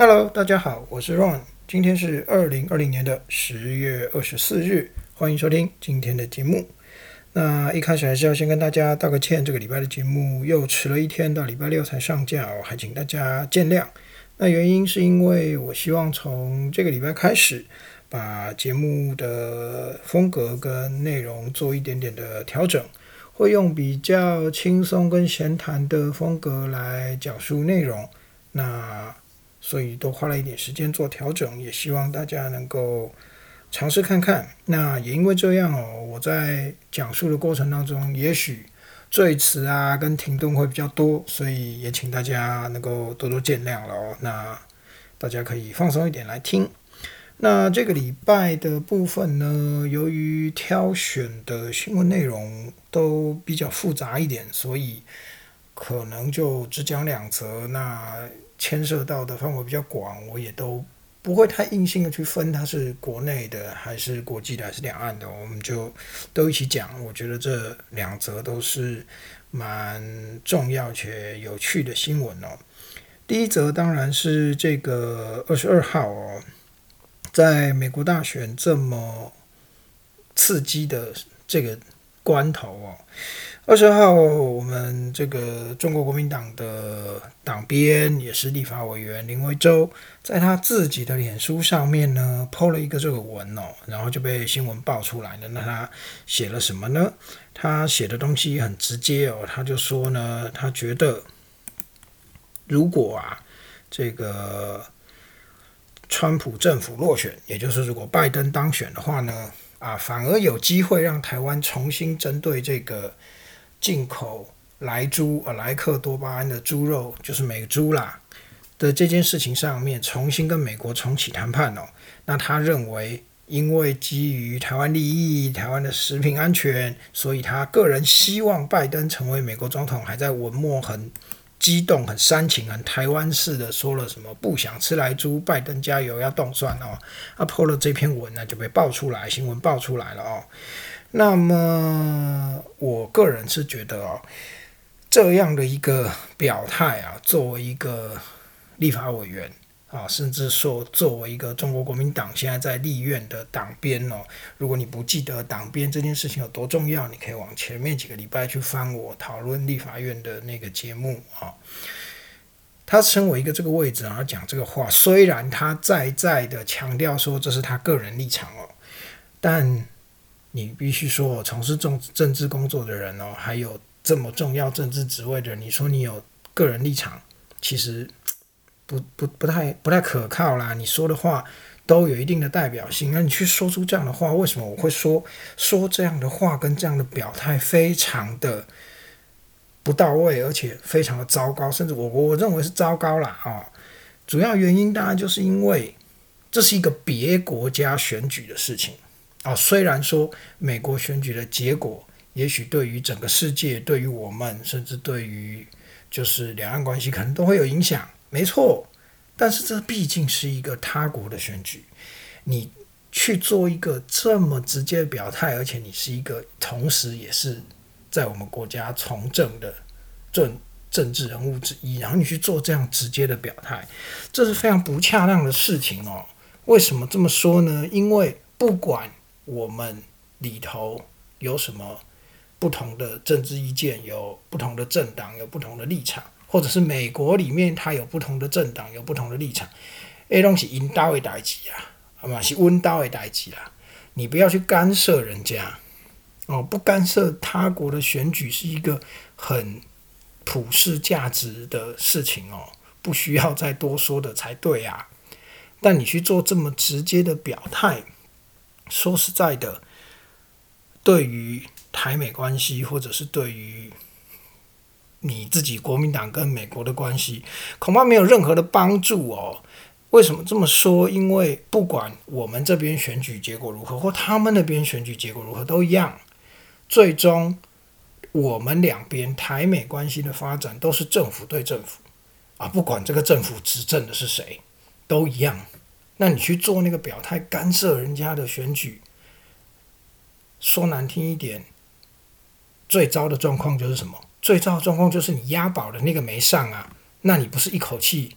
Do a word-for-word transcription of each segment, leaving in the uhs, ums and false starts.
Hello，大家好，我是 Ron， 今天是二零二零年的十月二十四日，欢迎收听今天的节目。那一开始还是要先跟大家道个歉，这个礼拜的节目又迟了一天，到礼拜六才上架哦，还请大家见谅。那原因是因为我希望从这个礼拜开始，把节目的风格跟内容做一点点的调整，会用比较轻松跟闲谈的风格来讲述内容。那所以多花了一点时间做调整，也希望大家能够尝试看看。那也因为这样哦，我在讲述的过程当中，也许赘词啊跟停顿会比较多，所以也请大家能够多多见谅了哦。那大家可以放松一点来听。那这个礼拜的部分呢，由于挑选的新闻内容都比较复杂一点，所以可能就只讲两则。那牵涉到的范围比较广，我也都不会太硬性的去分它是国内的还是国际的还是两岸的，我们就都一起讲。我觉得这两则都是蛮重要且有趣的新闻哦。第一则当然是这个二十二号哦，在美国大选这么刺激的这个关头哦，二十二号我们这个中国国民党的党鞭也是立法委员林为洲，在他自己的脸书上面呢 po 了一个这个文哦，然后就被新闻爆出来了。那他写了什么呢？他写的东西很直接哦，他就说呢，他觉得如果啊这个川普政府落选，也就是如果拜登当选的话呢，啊反而有机会让台湾重新针对这个进口莱猪啊莱克多巴胺的猪肉，就是美猪啦的这件事情上面，重新跟美国重启谈判哦。那他认为，因为基于台湾利益、台湾的食品安全，所以他个人希望拜登成为美国总统，还在文末很激动、很煽情、很台湾式的说了什么不想吃莱猪，拜登加油要动算哦。啊 po 了这篇文呢就被爆出来，新闻爆出来了哦。那么我个人是觉得哦，这样的一个表态啊，作为一个立法委员啊，甚至说作为一个中国国民党现在在立院的党鞭哦，如果你不记得党鞭这件事情有多重要，你可以往前面几个礼拜去翻我讨论立法院的那个节目啊。他身为一个这个位置啊，讲这个话，虽然他再再的强调说这是他个人立场哦，但你必须说，从事政治工作的人哦，还有这么重要政治职位的人，你说你有个人立场，其实不不不太不太可靠啦。你说的话都有一定的代表性，那你去说出这样的话，为什么我会说说这样的话跟这样的表态非常的不到位，而且非常的糟糕，甚至我我认为是糟糕啦啊、哦！主要原因当然就是因为这是一个别国家选举的事情。哦，虽然说美国选举的结果，也许对于整个世界，对于我们，甚至对于就是两岸关系，可能都会有影响，没错。但是这毕竟是一个他国的选举，你去做一个这么直接的表态，而且你是一个同时也是在我们国家从政的政政治人物之一，然后你去做这样直接的表态，这是非常不恰当的事情哦。为什么这么说呢？因为不管我们里头有什么不同的政治意见，有不同的政党，有不同的立场，或者是美国里面它有不同的政党，有不同的立场，那都是因家的代志啊，嘛是阮家的代志啦。你不要去干涉人家哦，不干涉他国的选举是一个很普世价值的事情哦，不需要再多说的才对啊。但你去做这么直接的表态，说实在的，对于台美关系，或者是对于你自己国民党跟美国的关系，恐怕没有任何的帮助哦。为什么这么说？因为不管我们这边选举结果如何，或他们那边选举结果如何，都一样。最终，我们两边台美关系的发展都是政府对政府啊，不管这个政府执政的是谁，都一样。那你去做那个表态，干涉人家的选举，说难听一点，最糟的状况就是什么？最糟的状况就是你押宝的那个没上啊，那你不是一口气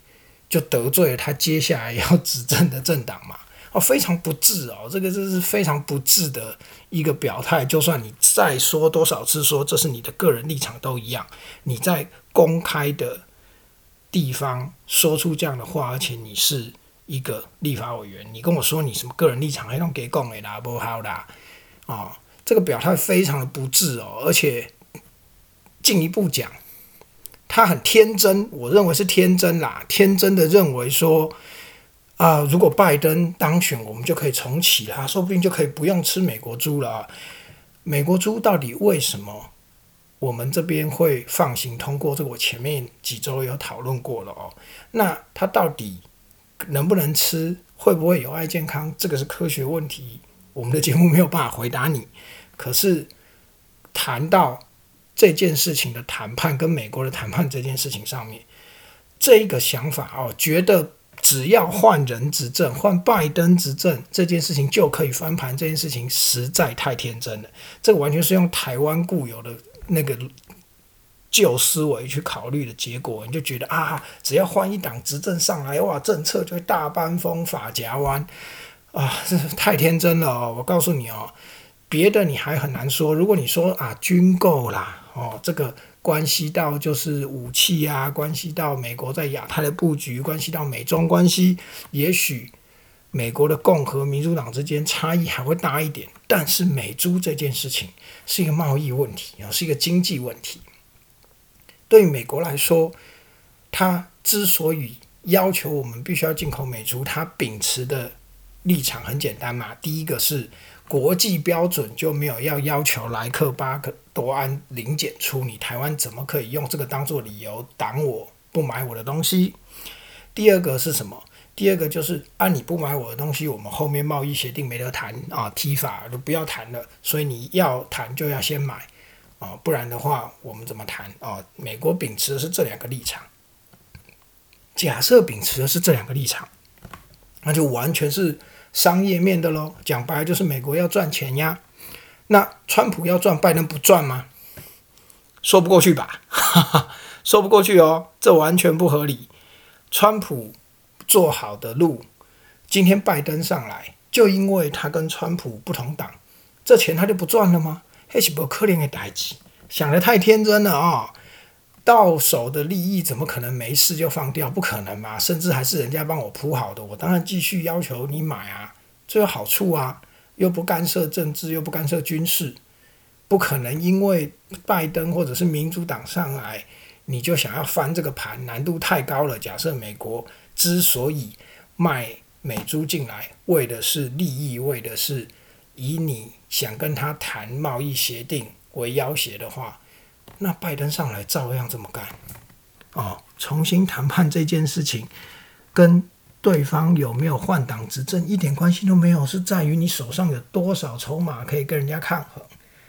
就得罪了他接下来要执政的政党嘛。哦，非常不智哦，这个这是非常不智的一个表态。就算你再说多少次说这是你的个人立场都一样，你在公开的地方说出这样的话，而且你是一个立法委员，你跟我说你什么个人立场，还弄给讲的啦，不好啦，哦，这个表态非常的不智哦，而且进一步讲，他很天真，我认为是天真啦，天真的认为说。啊、呃，如果拜登当选，我们就可以重启啦，说不定就可以不用吃美国猪了啊。美国猪到底为什么我们这边会放行通过？这个我前面几周有讨论过了哦。那它到底能不能吃？会不会有害健康？这个是科学问题，我们的节目没有办法回答你。可是谈到这件事情的谈判跟美国的谈判这件事情上面，这一个想法哦，觉得。只要换人执政，换拜登执政，这件事情就可以翻盘。这件事情实在太天真了，这个完全是用台湾固有的那个旧思维去考虑的结果。你就觉得啊，只要换一党执政上来，哇，政策就会大搬风、法夹弯啊，这太天真了哦！我告诉你哦，别的你还很难说。如果你说啊，军购啦，哦，这个。关系到就是武器啊，关系到美国在亚太的布局，关系到美中关系，也许美国的共和民主党之间差异还会大一点，但是美猪这件事情是一个贸易问题，是一个经济问题。对于美国来说，他之所以要求我们必须要进口美猪，他秉持的立场很简单嘛，第一个是国际标准就没有要要求莱克巴多安零检出，你台湾怎么可以用这个当做理由挡我不买我的东西？第二个是什么？第二个就是啊，你不买我的东西，我们后面贸易协定没得谈啊，提法就不要谈了。所以你要谈就要先买啊，不然的话我们怎么谈啊？美国秉持的是这两个立场，假设秉持的是这两个立场，那就完全是商业面的咯，讲白了就是美国要赚钱呀。那川普要赚，拜登不赚吗？说不过去吧，说不过去哦，这完全不合理。川普做好的路，今天拜登上来，就因为他跟川普不同党，这钱他就不赚了吗？那是不可能的代志，想得太天真了啊、哦！到手的利益怎么可能没事就放掉？不可能嘛！甚至还是人家帮我铺好的，我当然继续要求你买啊，这有好处啊，又不干涉政治，又不干涉军事，不可能因为拜登或者是民主党上来，你就想要翻这个盘，难度太高了。假设美国之所以卖美猪进来，为的是利益，为的是以你想跟他谈贸易协定为要挟的话，那拜登上来照样这么干。哦，重新谈判这件事情跟对方有没有换党执政一点关系都没有，是在于你手上有多少筹码可以跟人家抗衡。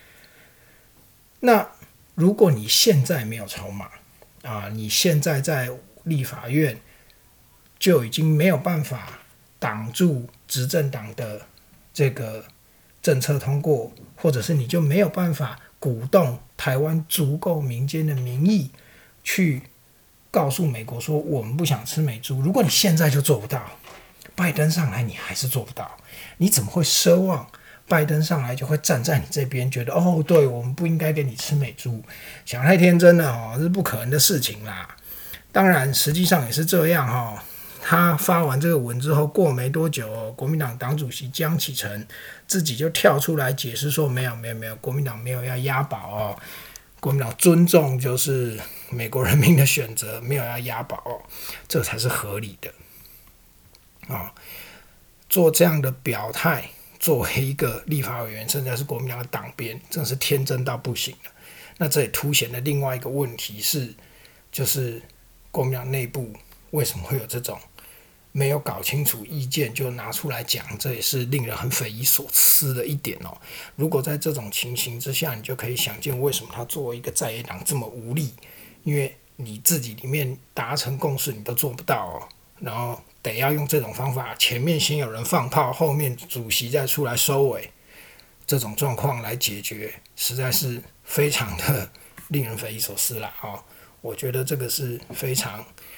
那如果你现在没有筹码啊，你现在在立法院就已经没有办法挡住执政党的这个政策通过，或者是你就没有办法鼓动台湾足够民间的民意去告诉美国说我们不想吃美猪。如果你现在就做不到，拜登上来你还是做不到，你怎么会奢望拜登上来就会站在你这边，觉得哦，对，我们不应该给你吃美猪？想太天真了哦，这是不可能的事情啦。当然实际上也是这样哦，他发完这个文之后过没多久、哦、国民党党主席江启臣自己就跳出来解释说没有没有没有，国民党没有要押宝哦，国民党尊重就是美国人民的选择，没有要押宝哦，这才是合理的、哦、做这样的表态，作为一个立法委员，甚至是国民党的党鞭，真的是天真到不行了。那这也凸显了另外一个问题是，就是国民党内部为什么会有这种没有搞清楚意见就拿出来讲，这也是令人很匪夷所思的一点哦。如果在这种情形之下，你就可以想见为什么他作为一个在野党这么无力，因为你自己里面达成共识你都做不到哦，然后得要用这种方法，前面先有人放炮，后面主席再出来收尾，这种状况来解决，实在是非常的令人匪夷所思啦、哦、我觉得这个是非常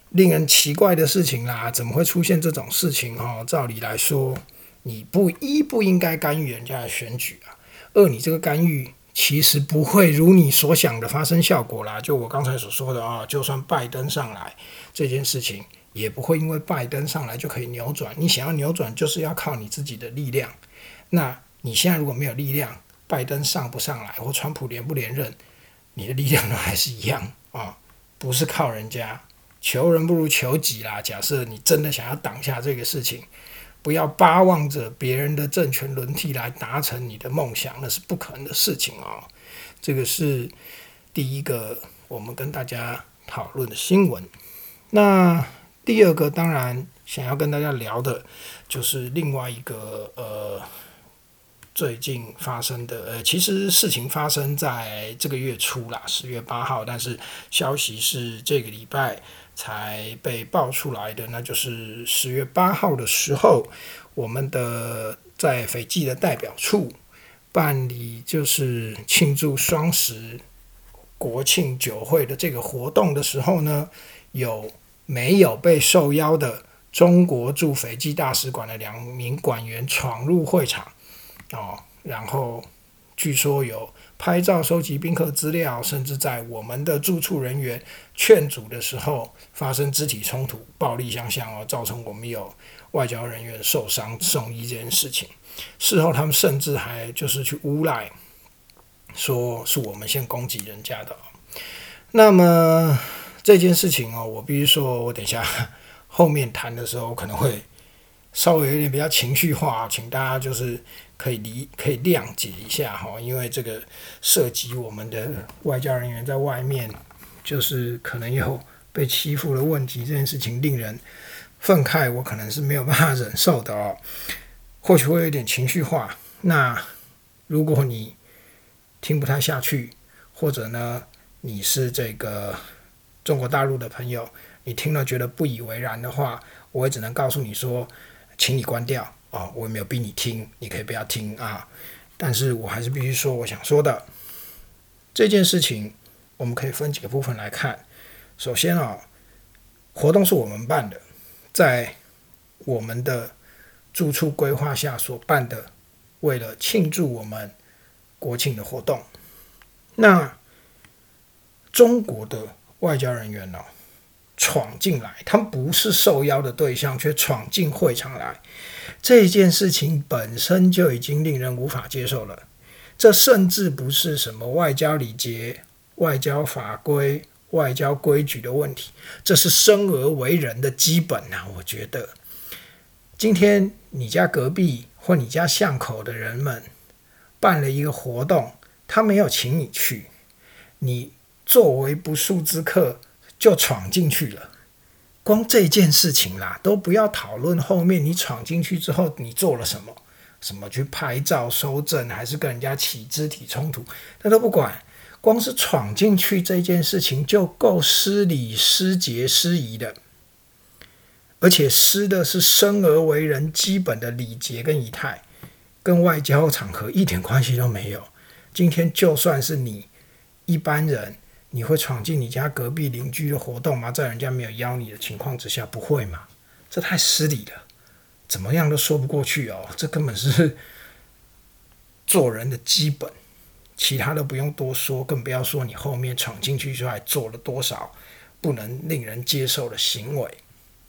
令人奇怪的事情啦，怎么会出现这种事情？哦，照理来说，你不一不应该干预人家的选举啊，二你这个干预其实不会如你所想的发生效果啦。就我刚才所说的啊，就算拜登上来这件事情，也不会因为拜登上来就可以扭转。你想要扭转，就是要靠你自己的力量。那你现在如果没有力量，拜登上不上来或川普连不连任，你的力量都还是一样啊，不是靠人家。求人不如求己啦。假设你真的想要挡下这个事情，不要巴望着别人的政权轮替来达成你的梦想，那是不可能的事情哦。这个是第一个我们跟大家讨论的新闻。那第二个当然想要跟大家聊的就是另外一个呃最近发生的呃，其实事情发生在这个月初啦，十月八号，但是消息是这个礼拜才被爆出来的，那就是十月八号的时候，我们的在斐济的代表处办理就是庆祝双十国庆酒会的这个活动的时候呢，有没有被受邀的中国驻斐济大使馆的两名馆员闯入会场？哦，然后据说有拍照收集宾客资料，甚至在我们的驻处人员劝阻的时候发生肢体冲突、暴力相向哦，造成我们有外交人员受伤送医这件事情。事后他们甚至还就是去诬赖，说是我们先攻击人家的。那么这件事情哦，我必须说，我等一下后面谈的时候可能会稍微有点比较情绪化，请大家就是可以理可以谅解一下哈，因为这个涉及我们的外交人员在外面就是可能有被欺负的问题，这件事情令人愤慨，我可能是没有办法忍受的哦，或许会有点情绪化。那如果你听不太下去，或者呢你是这个中国大陆的朋友，你听了觉得不以为然的话，我也只能告诉你说，请你关掉啊、哦！我也没有逼你听，你可以不要听啊。但是我还是必须说我想说的。这件事情我们可以分几个部分来看。首先啊、哦，活动是我们办的，在我们的住处规划下所办的，为了庆祝我们国庆的活动。那中国的外交人员呢、哦？闯进来，他们不是受邀的对象，却闯进会场来，这件事情本身就已经令人无法接受了。这甚至不是什么外交礼节、外交法规、外交规矩的问题，这是生而为人的基本啊！我觉得，今天你家隔壁或你家巷口的人们办了一个活动，他没有请你去，你作为不速之客就闯进去了，光这件事情啦，都不要讨论后面你闯进去之后你做了什么，什么去拍照收证，还是跟人家起肢体冲突，那都不管。光是闯进去这件事情就够失礼、失节、失仪的，而且失的是生而为人基本的礼节跟仪态，跟外交场合一点关系都没有。今天就算是你一般人，你会闯进你家隔壁邻居的活动吗？在人家没有邀你的情况之下，不会嘛？这太失礼了，怎么样都说不过去哦。这根本是做人的基本，其他都不用多说，更不要说你后面闯进去之后还做了多少不能令人接受的行为。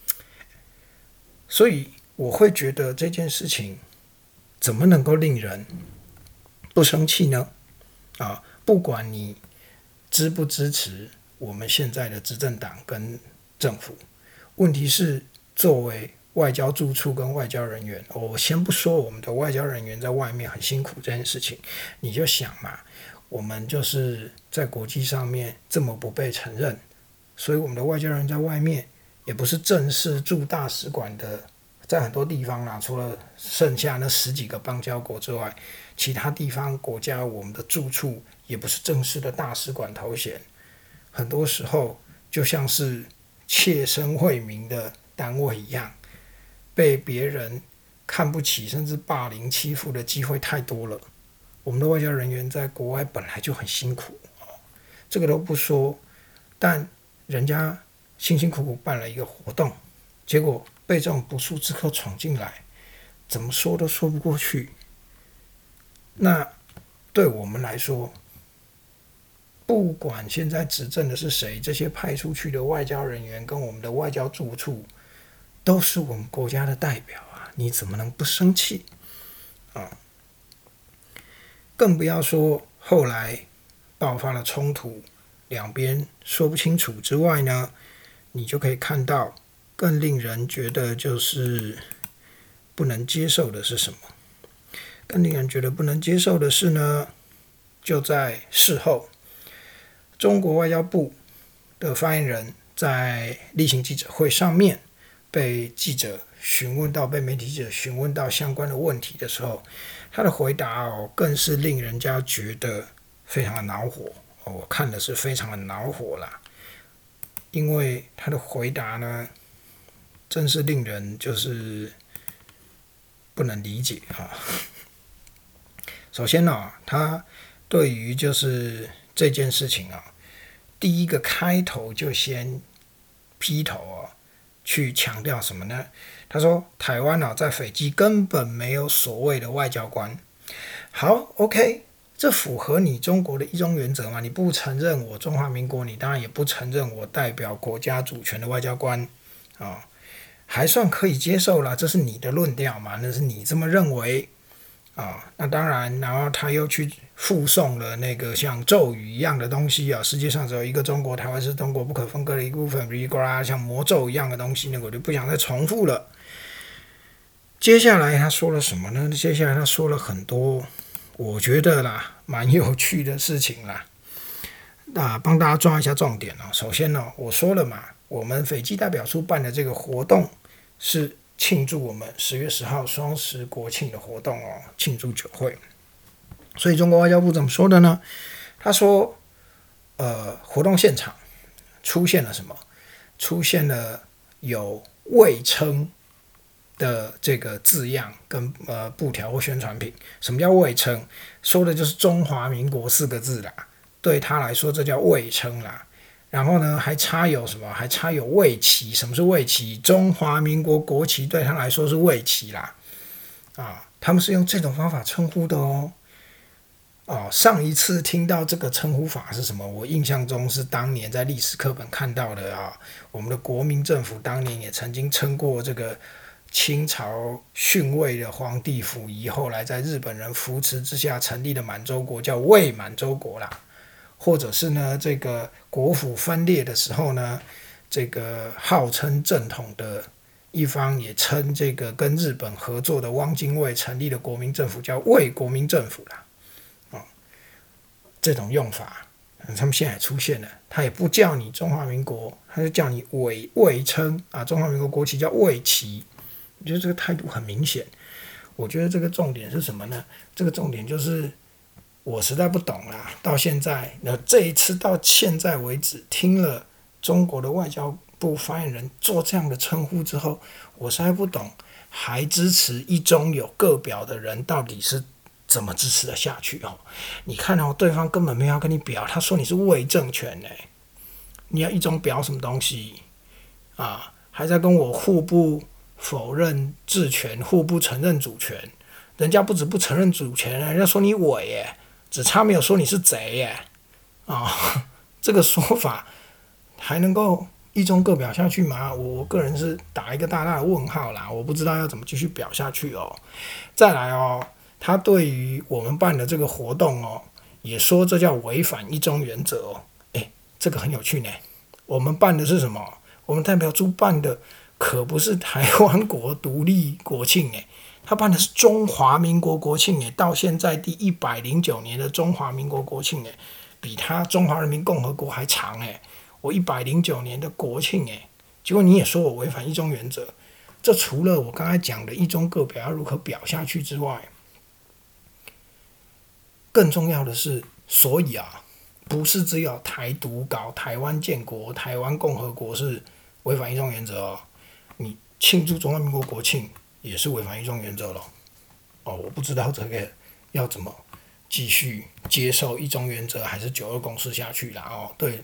所以我会觉得这件事情怎么能够令人不生气呢？啊，不管你支不支持我们现在的执政党跟政府，问题是作为外交驻处跟外交人员，我先不说我们的外交人员在外面很辛苦这件事情，你就想嘛，我们就是在国际上面这么不被承认，所以我们的外交人员在外面也不是正式驻大使馆的，在很多地方啦，除了剩下那十几个邦交国之外，其他地方国家我们的驻处也不是正式的大使馆头衔，很多时候就像是妾身为民的单位一样，被别人看不起甚至霸凌欺负的机会太多了。我们的外交人员在国外本来就很辛苦，这个都不说，但人家辛辛苦苦办了一个活动，结果被这种不速之客闯进来，怎么说都说不过去。那对我们来说，不管现在执政的是谁，这些派出去的外交人员跟我们的外交驻处，都是我们国家的代表啊，你怎么能不生气啊？更不要说后来爆发了冲突，两边说不清楚之外呢，你就可以看到更令人觉得就是不能接受的是什么？更令人觉得不能接受的是呢，就在事后，中国外交部的发言人在例行记者会上面被记者询问到，被媒体记者询问到相关的问题的时候，他的回答哦，更是令人家觉得非常的恼火。哦，我看的是非常的恼火啦，因为他的回答呢，真是令人就是不能理解啊。首先呢、哦，他对于就是这件事情啊，第一个开头就先劈头哦，去强调什么呢？他说台湾啊，在斐济根本没有所谓的外交官。好 ，OK， 这符合你中国的一中原则嘛？你不承认我中华民国，你当然也不承认我代表国家主权的外交官啊、哦，还算可以接受啦，这是你的论调嘛？那是你这么认为啊、哦？那当然，然后他又去附送了那个像咒语一样的东西啊，世界上只有一个中国，台湾是中国不可分割的一部分，像魔咒一样的东西，那个我就不想再重复了。接下来他说了什么呢？接下来他说了很多，我觉得啦，蛮有趣的事情啦。那帮大家抓一下重点哦。首先呢，我说了嘛，我们斐济代表处办的这个活动是庆祝我们十月十号双十国庆的活动哦，庆祝酒会。所以中国外交部怎么说的呢？他说，呃，活动现场出现了什么？出现了有未称的这个字样跟呃布条或宣传品。什么叫未称？说的就是中华民国四个字啦，对他来说这叫未称啦。然后呢，还插有什么？还插有卫旗。什么是卫旗？中华民国国旗对他来说是卫旗啦。啊，他们是用这种方法称呼的哦。哦，上一次听到这个称呼法是什么？我印象中是当年在历史课本看到的啊。我们的国民政府当年也曾经称过这个清朝逊位的皇帝溥仪，后来在日本人扶持之下成立的满洲国叫伪满洲国啦。或者是呢，这个国府分裂的时候呢，这个号称正统的一方也称这个跟日本合作的汪精卫成立的国民政府叫伪国民政府啦。这种用法，他们现在也出现了，他也不叫你中华民国，他就叫你伪伪称啊，中华民国国旗叫伪旗。我觉得这个态度很明显。我觉得这个重点是什么呢？这个重点就是我实在不懂啦。到现在，那这一次到现在为止，听了中国的外交部发言人做这样的称呼之后，我实在不懂，还支持一中有各表的人到底是怎么支持的下去哦？你看哦，对方根本没有要跟你表，他说你是伪政权呢，你要一中表什么东西啊？还在跟我互不否认治权，互不承认主权。人家不止不承认主权，人家说你伪耶，只差没有说你是贼耶啊！这个说法还能够一中各表下去吗？我个人是打一个大大的问号啦，我不知道要怎么继续表下去哦。再来哦。他对于我们办的这个活动哦，也说这叫违反一中原则哦。诶，这个很有趣呢。我们办的是什么？我们代表处办的可不是台湾国独立国庆诶，他办的是中华民国国庆诶，到现在第一百零九年的中华民国国庆诶，比他中华人民共和国还长诶。我一百零九年的国庆诶，结果你也说我违反一中原则。这除了我刚才讲的一中各表要如何表下去之外，更重要的是，所以啊，不是只有台独搞台湾建国、台湾共和国是违反一中原则哦，你庆祝中华民国国庆也是违反一中原则了。哦，我不知道这个要怎么继续接受一中原则还是九二共识下去啦哦。对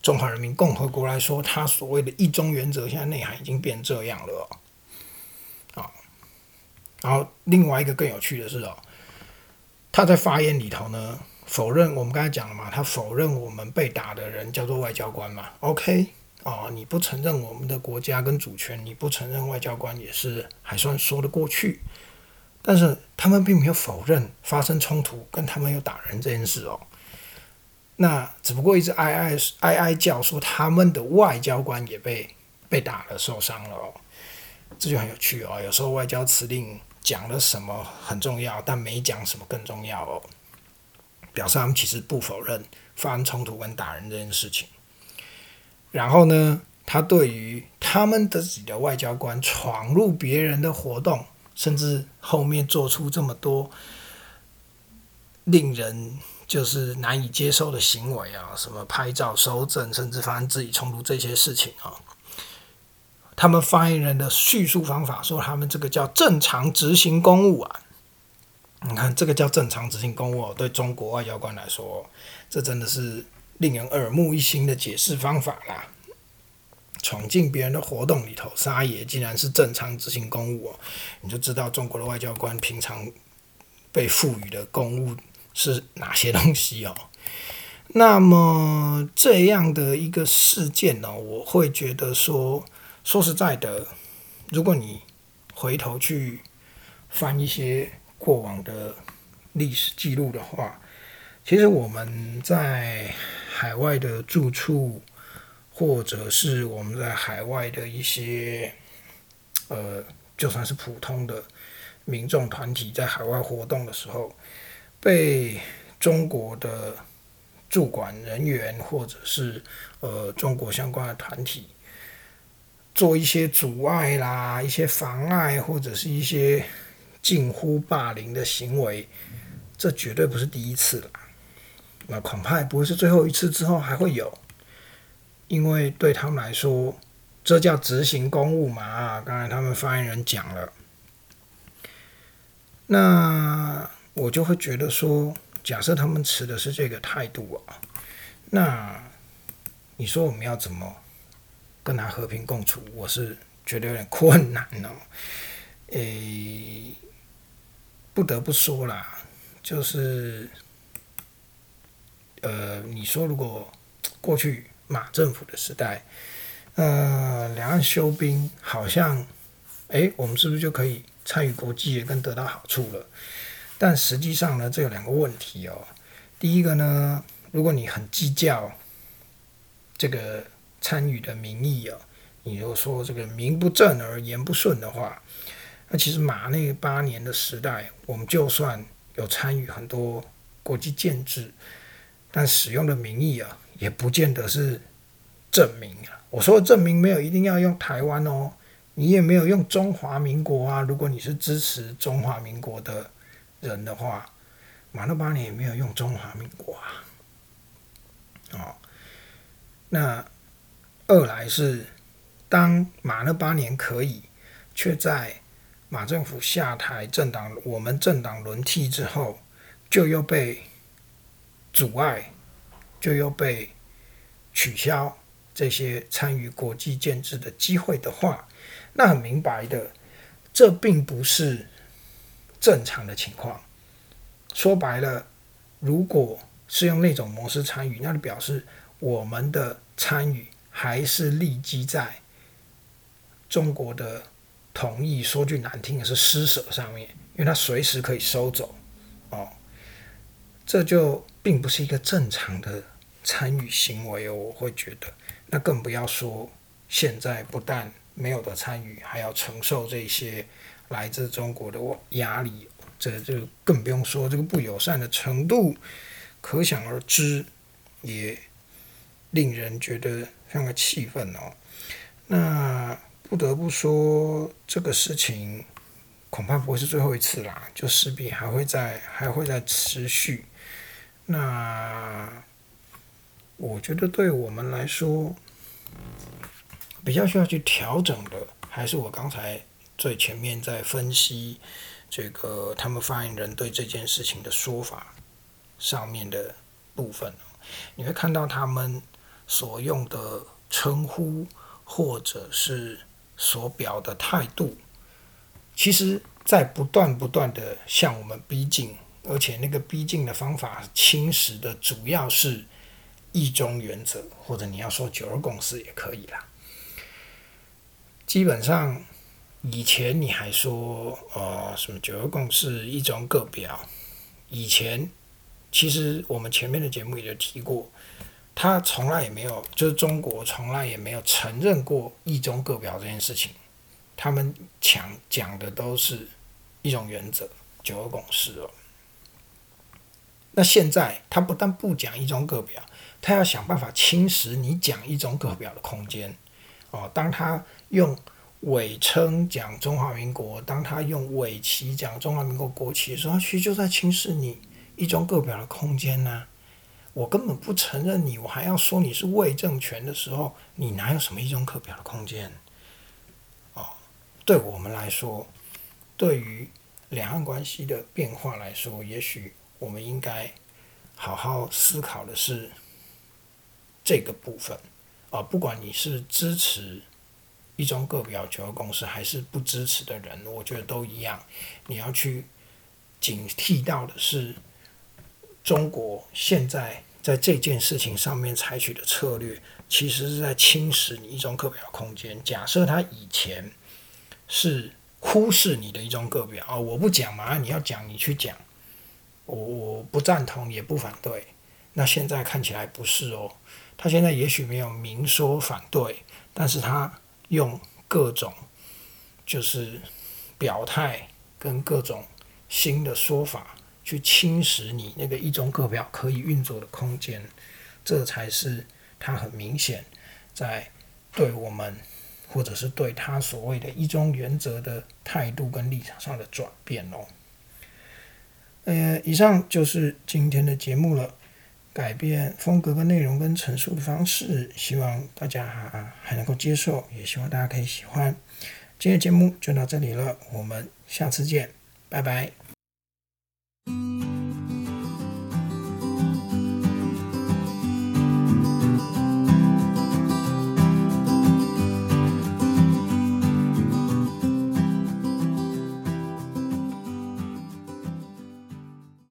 中华人民共和国来说，他所谓的一中原则现在内涵已经变这样了哦。啊，然后另外一个更有趣的是哦，他在发言里头呢，否认我们刚才讲了嘛，他否认我们被打的人叫做外交官嘛 ，OK。哦，你不承认我们的国家跟主权，你不承认外交官也是还算说得过去。但是他们并没有否认发生冲突跟他们有打人这件事哦。那只不过一直哀哀哀哀叫说他们的外交官也被被打了受伤了哦，这就很有趣哦。有时候外交辞令讲了什么很重要，但没讲什么更重要哦，表示他们其实不否认发生冲突跟打人这件事情。然后呢，他对于他们自己的外交官闯入别人的活动，甚至后面做出这么多令人就是难以接受的行为啊，什么拍照收证，甚至发生自己冲突这些事情啊，他们发言人的叙述方法说他们这个叫正常执行公务啊。你看这个叫正常执行公务，对中国外交官来说，这真的是令人耳目一新的解释方法啦。闯进别人的活动里头撒野，竟然是正常执行公务哦，你就知道中国的外交官平常被赋予的公务是哪些东西哦。那么这样的一个事件呢、哦，我会觉得说，说实在的，如果你回头去翻一些过往的历史记录的话，其实我们在海外的住处，或者是我们在海外的一些呃，就算是普通的民众团体在海外活动的时候，被中国的驻管人员或者是呃中国相关的团体做一些阻碍啦、一些妨碍或者是一些近乎霸凌的行为，这绝对不是第一次啦。那恐怕也不会是最后一次，之后还会有，因为对他们来说，这叫执行公务嘛。刚才他们发言人讲了，那我就会觉得说，假设他们持的是这个态度啊，那你说我们要怎么跟他和平共处？我是觉得有点困难哦。诶，不得不说啦，就是呃，你说如果过去马政府的时代，呃，两岸休兵，好像，哎，我们是不是就可以参与国际也跟得到好处了？但实际上呢，这有两个问题哦。第一个呢，如果你很计较这个参与的民意哦，你如果说这个名不正而言不顺的话，那其实马那八年的时代，我们就算有参与很多国际建制，但使用的名义啊，也不见得是正名啊。我说的正名没有一定要用台湾哦，你也没有用中华民国啊。如果你是支持中华民国的人的话，马那八年也没有用中华民国啊。哦，那二来是，当马那八年可以，却在马政府下台、政党我们政党轮替之后，就又被阻碍，就又被取消这些参与国际建制的机会的话，那很明白的，这并不是正常的情况。说白了，如果是用那种模式参与，那就表示我们的参与还是立基在中国的同意，说句难听的是施舍上面，因为它随时可以收走哦，这就并不是一个正常的参与行为哦，我会觉得，那更不要说现在不但没有的参与，还要承受这些来自中国的压力，这就更不用说这个不友善的程度，可想而知，也令人觉得非常的气愤哦。那不得不说，这个事情恐怕不会是最后一次啦，就势必还会再还会再持续。那我觉得对我们来说，比较需要去调整的，还是我刚才最前面在分析这个他们发言人对这件事情的说法上面的部分。你会看到他们所用的称呼或者是所表的态度，其实在不断不断的向我们逼近，而且那个逼近的方法侵蚀的主要是一中原则，或者你要说九二共识也可以啦。基本上以前你还说呃什么九二共识一中各表，以前其实我们前面的节目也就提过，他从来也没有，就是中国从来也没有承认过一中各表这件事情。他们讲讲的都是一种原则，九二共识哦。那现在他不但不讲一中各表，他要想办法侵蚀你讲一中各表的空间哦。当他用伪称讲中华民国，当他用伪旗讲中华民国国旗的时候，他其实就在侵蚀你一中各表的空间啊。我根本不承认你，我还要说你是伪政权的时候，你哪有什么一中各表的空间？哦，对我们来说，对于两岸关系的变化来说，也许我们应该好好思考的是这个部分啊、哦。不管你是支持一中各表九二共识，还是不支持的人，我觉得都一样。你要去警惕到的是，中国现在在这件事情上面采取的策略，其实是在侵蚀你一中各表空间。假设他以前是忽视你的一中各表，哦，我不讲嘛，你要讲你去讲，我我不赞同也不反对。那现在看起来不是哦，他现在也许没有明说反对，但是他用各种就是表态跟各种新的说法去侵蚀你那个一中各表可以运作的空间，这才是他很明显在对我们或者是对他所谓的一中原则的态度跟立场上的转变哦。呃，以上就是今天的节目了。改变风格跟内容跟陈述的方式，希望大家还能够接受，也希望大家可以喜欢。今天的节目就到这里了，我们下次见，拜拜。